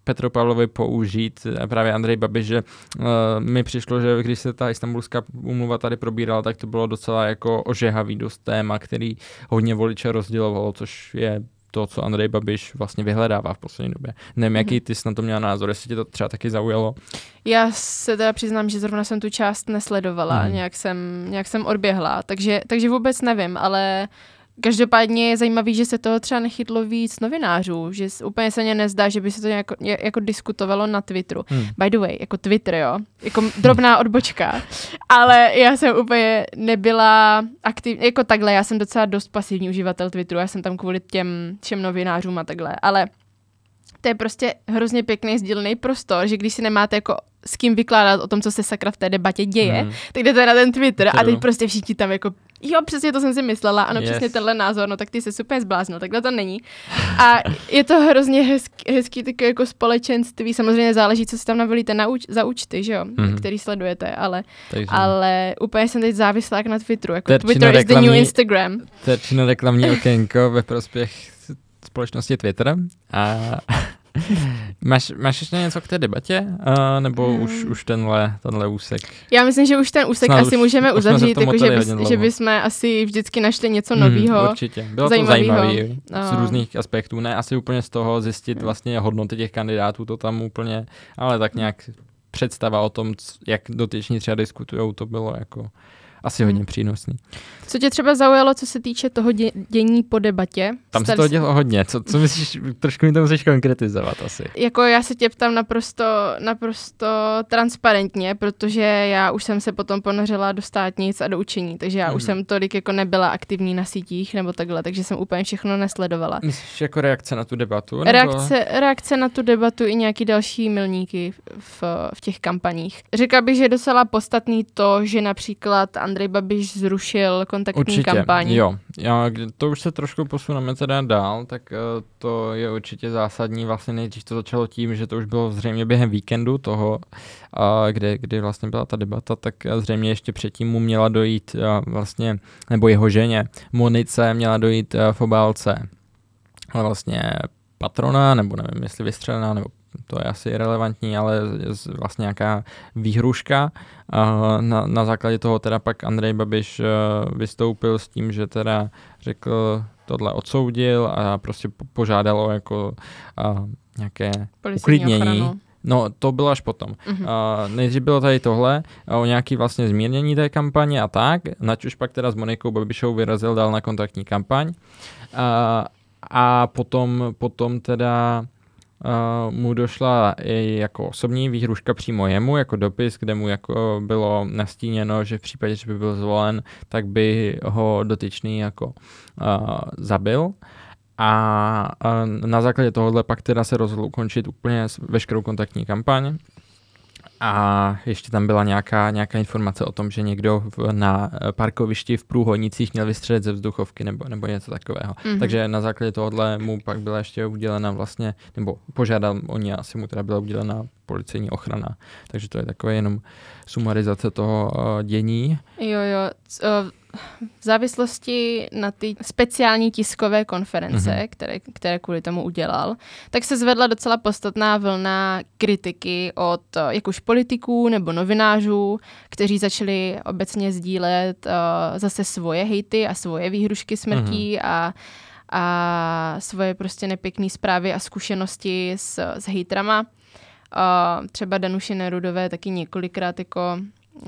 Petru Pavlovi použít právě Andrej Babiš, že uh, mi přišlo, že když se ta Istanbulská úmluva tady probírala, tak to bylo docela jako ožehavý dost téma, který hodně voliče rozdělovalo, což je to, co Andrej Babiš vlastně vyhledává v poslední době. Nevím, jaký ty jsi na to měla názor, jestli tě to třeba taky zaujalo. Já se teda přiznám, že zrovna jsem tu část nesledovala, hmm. nějak, jsem, nějak jsem odběhla, takže, takže vůbec nevím, ale každopádně je zajímavý, že se toho třeba nechytlo víc novinářů, že úplně se mně nezdá, že by se to jako, jako diskutovalo na Twitteru. Hmm. By the way, jako Twitter, jo, jako drobná odbočka, ale já jsem úplně nebyla aktivní, jako takhle, já jsem docela dost pasivní uživatel Twitteru, já jsem tam kvůli těm všem novinářům a takhle, ale to je prostě hrozně pěkný sdílený prostor, že když si nemáte jako s kým vykládat o tom, co se sakra v té debatě děje, hmm. tak jdete na ten Twitter a teď prostě všichni tam jako, jo, přesně to jsem si myslela, ano, yes. přesně tenhle názor, no tak ty se super zbláznil, takhle to není. A je to hrozně hezký, hezký takové jako společenství, samozřejmě záleží, co si tam navolíte na uč, za účty, že jo, hmm. který sledujete, ale, ale úplně jsem teď závislá jak na Twitteru, jako Terčino Twitter reklamní, is the new Instagram. Terčino reklamní okénko ve prospěch společnosti Twitter a máš, máš ještě něco k té debatě? Uh, nebo hmm. už, už tenhle, tenhle úsek? Já myslím, že už ten úsek Snad asi už, můžeme už uzavřít, jako že, bys, že bychom asi vždycky našli něco nového. Hmm, určitě. Bylo zajímavýho. to zajímavé z různých aspektů. Ne asi úplně z toho zjistit vlastně hodnoty těch kandidátů, to tam úplně, ale tak nějak představa o tom, jak dotyční třeba diskutujou, to bylo jako asi hodně přínosný. Co tě třeba zaujalo, co se týče toho dě- dění po debatě? Tam se toho dělo hodně. Co, co myslíš, trošku mi to musíš konkretizovat asi. Jako já se tě ptám naprosto, naprosto transparentně, protože já už jsem se potom ponořila do státnic a do učení, takže já mm. už jsem tolik jako nebyla aktivní na sítích nebo takhle, takže jsem úplně všechno nesledovala. Myslíš jako reakce na tu debatu? Nebo? Reakce, reakce na tu debatu i nějaký další milníky v, v těch kampaních. Řekla bych, že je docela podstatný to, že například Andrej Babiš zrušil kontaktní určitě, kampaň. Jo, já, to už se trošku posuneme teda dál, tak uh, to je určitě zásadní. Vlastně nejdřív to začalo tím, že to už bylo zřejmě během víkendu toho, uh, kde, kdy vlastně byla ta debata, tak zřejmě ještě předtím mu měla dojít uh, vlastně, nebo jeho ženě, Monice, měla dojít uh, v obálce vlastně patrona, nebo nevím, jestli vystřelená, nebo to je asi irelevantní, ale vlastně nějaká výhruška. Na, na základě toho teda pak Andrej Babiš vystoupil s tím, že teda řekl, tohle odsoudil a prostě požádal o jako nějaké policejní uklidnění. ochranu. No, to bylo až potom. Uh-huh. Uh, nejdřív bylo tady tohle, o nějaký vlastně zmírnění té kampaně a tak, nač už pak teda s Monikou Babišovou vyrazil dál na kontaktní kampaň. Uh, a potom, potom teda Uh, mu došla i jako osobní výhruška přímo jemu, jako dopis, kde mu jako bylo nastíněno, že v případě, že by byl zvolen, tak by ho dotyčný jako uh, zabil. A uh, na základě tohohle pak teda se rozhodl ukončit úplně veškerou kontaktní kampaň. A ještě tam byla nějaká, nějaká informace o tom, že někdo v, na parkovišti v Průhonicích měl vystřelit ze vzduchovky nebo, nebo něco takového. Mm-hmm. Takže na základě tohohle mu pak byla ještě udělena vlastně, nebo požádal o ní, asi mu teda byla udělena policejní ochrana. Takže to je takové jenom sumarizace toho uh, dění. Jo, jo. Uh, v závislosti na ty speciální tiskové konference, mm-hmm. které, které kvůli tomu udělal, tak se zvedla docela podstatná vlna kritiky od jak už politiků nebo novinářů, kteří začali obecně sdílet uh, zase svoje hejty a svoje výhrušky smrtí mm-hmm. a, a svoje prostě nepěkné zprávy a zkušenosti s, s hejtrama. Uh, třeba Danuše Nerudové taky několikrát jako uh,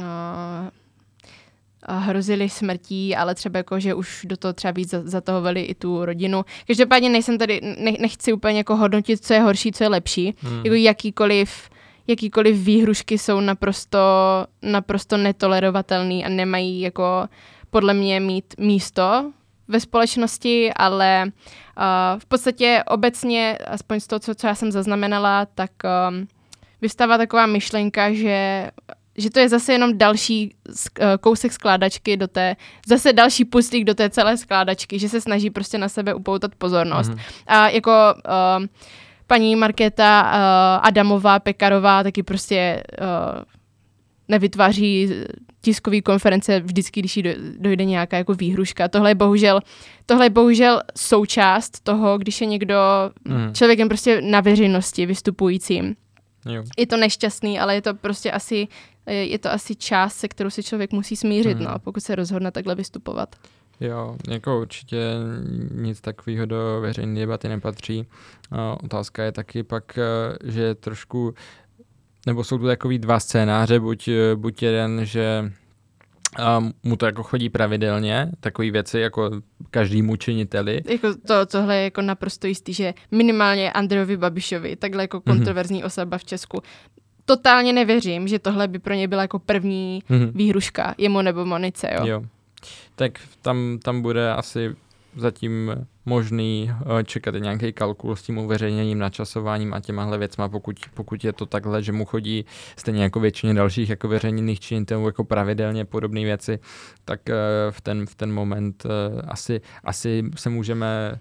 hrozili smrtí, ale třeba jako, že už do toho třeba víc zatahovali i tu rodinu. Každopádně nejsem tady, ne, nechci úplně jako hodnotit, co je horší, co je lepší. Hmm. Jako jakýkoliv, jakýkoliv výhrušky jsou naprosto, naprosto netolerovatelný a nemají jako podle mě mít místo ve společnosti, ale uh, v podstatě obecně, aspoň z toho, co, co já jsem zaznamenala, tak um, vystává taková myšlenka, že že to je zase jenom další kousek skládačky do té, zase další pustík do té celé skládačky, že se snaží prostě na sebe upoutat pozornost. Mm-hmm. A jako uh, paní Markéta uh, Adamová Pekarová taky prostě uh, nevytváří tiskový konference vždycky, když jí dojde nějaká jako výhruška. Tohle je bohužel, tohle je bohužel součást toho, když je někdo mm. člověkem prostě na veřejnosti vystupujícím. Jo. Je to nešťastný, ale je to prostě asi, je to asi část, se kterou si člověk musí smířit, mm. no, pokud se rozhodne takhle vystupovat. Jo, jako určitě nic takového do veřejné debaty nepatří. Otázka je taky pak, že trošku, nebo jsou tu takový dva scénáře, buď, buď jeden, že um, mu to jako chodí pravidelně, takové věci jako každému činiteli. Jako to, tohle je jako naprosto jistý, že minimálně Andrejovi Babišovi, takhle jako kontroverzní mm-hmm. osoba v Česku, totálně nevěřím, že tohle by pro ně byla jako první mm-hmm. výhruška, jemu nebo Monice, jo. jo. Tak tam, tam bude asi zatím možný čekat nějaký kalkul s tím uveřejněním, načasováním a těmahle věcma, pokud, pokud je to takhle, že mu chodí stejně jako většině dalších jako veřejných činitelů jako pravidelně podobné věci, tak v ten, v ten moment asi, asi se můžeme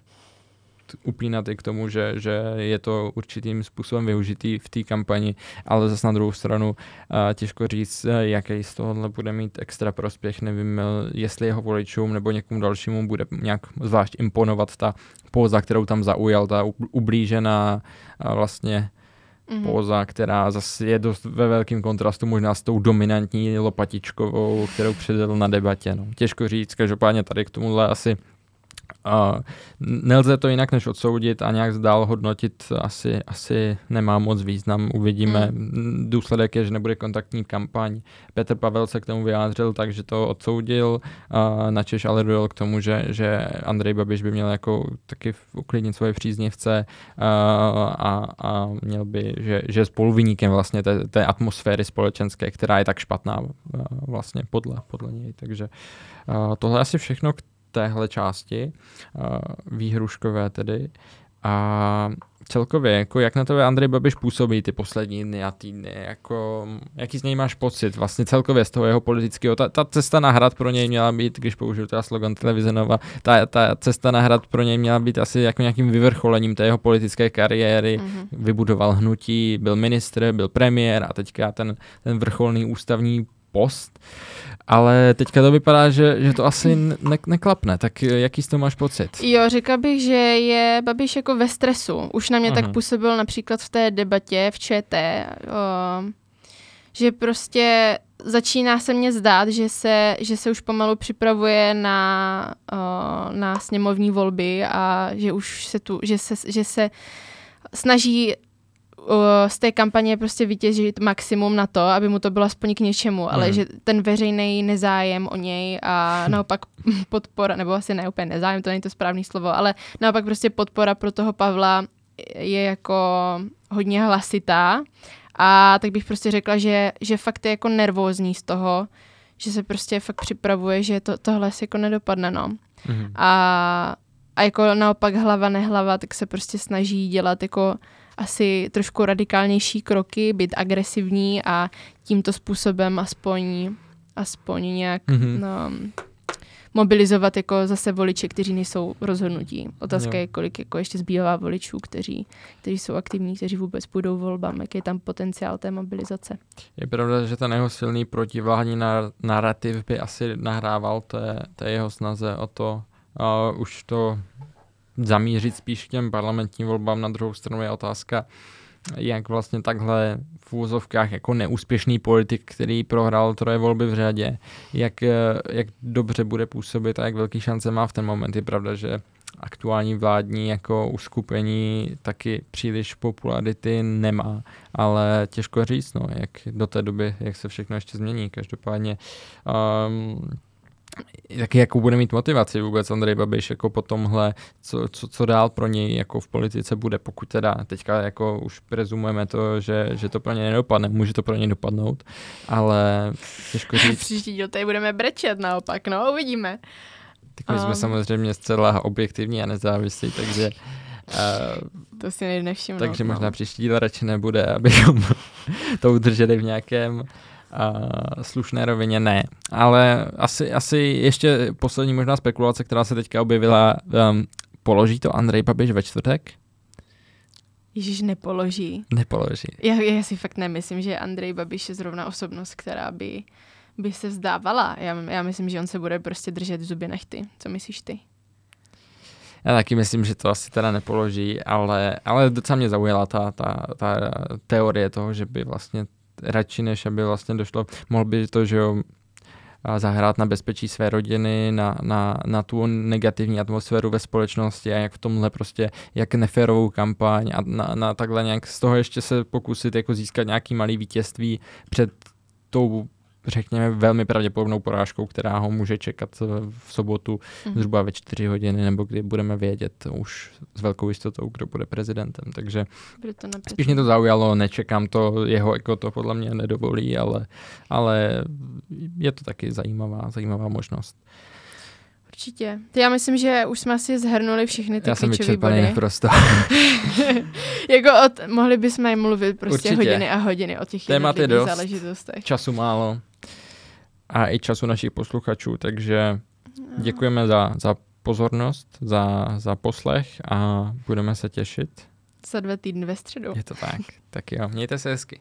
upínat i k tomu, že, že je to určitým způsobem využitý v té kampani, ale zase na druhou stranu uh, těžko říct, jaký z tohohle bude mít extra prospěch. Nevím, jestli jeho voličům nebo někomu dalšímu bude nějak zvlášť imponovat ta póza, kterou tam zaujal, ta ublížená uh, vlastně mm-hmm. póza, která zase je dost ve velkém kontrastu možná s tou dominantní lopatičkovou, kterou předvedl na debatě. No. Těžko říct, každopádně tady k tomuhle asi Uh, nelze to jinak než odsoudit a nějak dál hodnotit asi, asi nemá moc význam. Uvidíme. Mm. Důsledek je, že nebude kontaktní kampaň. Petr Pavel se k tomu vyjádřil, takže to odsoudil. Uh, načež ale dojel k tomu, že, že Andrej Babiš by měl jako taky uklidnit svoje příznivce uh, a, a měl by, že, že je spoluviníkem vlastně té, té atmosféry společenské, která je tak špatná uh, vlastně podle, podle něj. Takže uh, tohle asi všechno k téhle části, uh, výhruškové tedy. A celkově, jako jak na tebe Andrej Babiš působí ty poslední dny a týdny, jako, jaký z něj máš pocit vlastně celkově z toho jeho politického, ta, ta cesta na hrad pro něj měla být, když použiju teda slogan Televize Nova, ta, ta cesta na hrad pro něj měla být asi jako nějakým vyvrcholením té jeho politické kariéry, mm-hmm. vybudoval hnutí, byl ministr, byl premiér a teďka ten, ten vrcholný ústavní post, ale teďka to vypadá, že, že to asi ne, neklapne, tak jaký z toho máš pocit? Jo, řekla bych, že je Babiš jako ve stresu. Už na mě uh-huh. tak působil například v té debatě v ČT, o, že prostě začíná se mně zdát, že se, že se už pomalu připravuje na, o, na sněmovní volby a že už se tu, že se, že se snaží z té kampaně prostě vytěžit maximum na to, aby mu to bylo aspoň k něčemu, ale mm. že ten veřejný nezájem o něj a naopak podpora, nebo asi ne úplně nezájem, to není to správné slovo, ale naopak prostě podpora pro toho Pavla je jako hodně hlasitá a tak bych prostě řekla, že, že fakt je jako nervózní z toho, že se prostě fakt připravuje, že to, tohle si jako nedopadne, no. Mm. A, a jako naopak hlava nehlava, tak se prostě snaží dělat jako asi trošku radikálnější kroky, být agresivní a tímto způsobem aspoň, aspoň nějak mm-hmm. no, mobilizovat jako zase voliče, kteří nejsou rozhodnutí. Otázka jo. je, kolik jako ještě zbývá voličů, kteří, kteří jsou aktivní, kteří vůbec půjdou volbám, jaký je tam potenciál té mobilizace. Je pravda, že ten jeho silný protivládní narrativ by asi nahrával té, té jeho snaze o to, uh, už to zamířit spíš k těm parlamentním volbám. Na druhou stranu je otázka, jak vlastně takhle v úvozovkách jako neúspěšný politik, který prohrál troje volby v řadě, jak, jak dobře bude působit a jak velký šance má v ten moment. Je pravda, že aktuální vládní jako uskupení taky příliš popularity nemá, ale těžko říct, no, jak do té doby, jak se všechno ještě změní. Každopádně um, taky jakou bude mít motivaci vůbec Andrej Babiš jako po tomhle, co, co, co dál pro něj jako v politice bude, pokud teda teďka jako už prezumujeme to, že, že to pro něj nedopadne, může to pro něj dopadnout, ale těžko říct. Příští díl tady budeme brečet naopak, no, uvidíme. Tak my um. jsme samozřejmě zcela objektivní a nezávislí, takže uh, to si nevšimnout. Takže no. možná příští díl radši nebude, abychom to udrželi v nějakém Uh, slušné rovině, ne. Ale asi, asi ještě poslední možná spekulace, která se teďka objevila, um, položí to Andrej Babiš ve čtvrtek? Ježíš, nepoloží. Nepoloží. Já, já si fakt nemyslím, že Andrej Babiš je zrovna osobnost, která by, by se vzdávala. Já, já myslím, že on se bude prostě držet v zuby nechty. Co myslíš ty? Já taky myslím, že to asi teda nepoloží, ale, ale docela mě zaujala ta, ta, ta teorie toho, že by vlastně radši, než aby vlastně došlo, mohl by to, že jo, zahrát na bezpečí své rodiny, na, na, na tu negativní atmosféru ve společnosti a jak v tomhle prostě, jak neférovou kampaň a na, na takhle nějak z toho ještě se pokusit jako získat nějaký malý vítězství před tou, řekněme, velmi pravděpodobnou porážkou, která ho může čekat v sobotu mm. zhruba ve čtyři hodiny, nebo kdy budeme vědět už s velkou jistotou, kdo bude prezidentem. Takže spíš mě to zaujalo, nečekám to, jeho jako to podle mě nedovolí, ale, ale je to taky zajímavá, zajímavá možnost. Určitě. Já myslím, že už jsme asi zhrnuli všechny ty Já jsem klíčové body. naprosto. jako od, mohli bychom jim mluvit prostě Určitě. hodiny a hodiny o těch jednotlivých záležitostech. Času málo a i času našich posluchačů, takže děkujeme za, za pozornost, za, za poslech a budeme se těšit. Za dva týdny ve středu. Je to tak. Tak jo, mějte se hezky.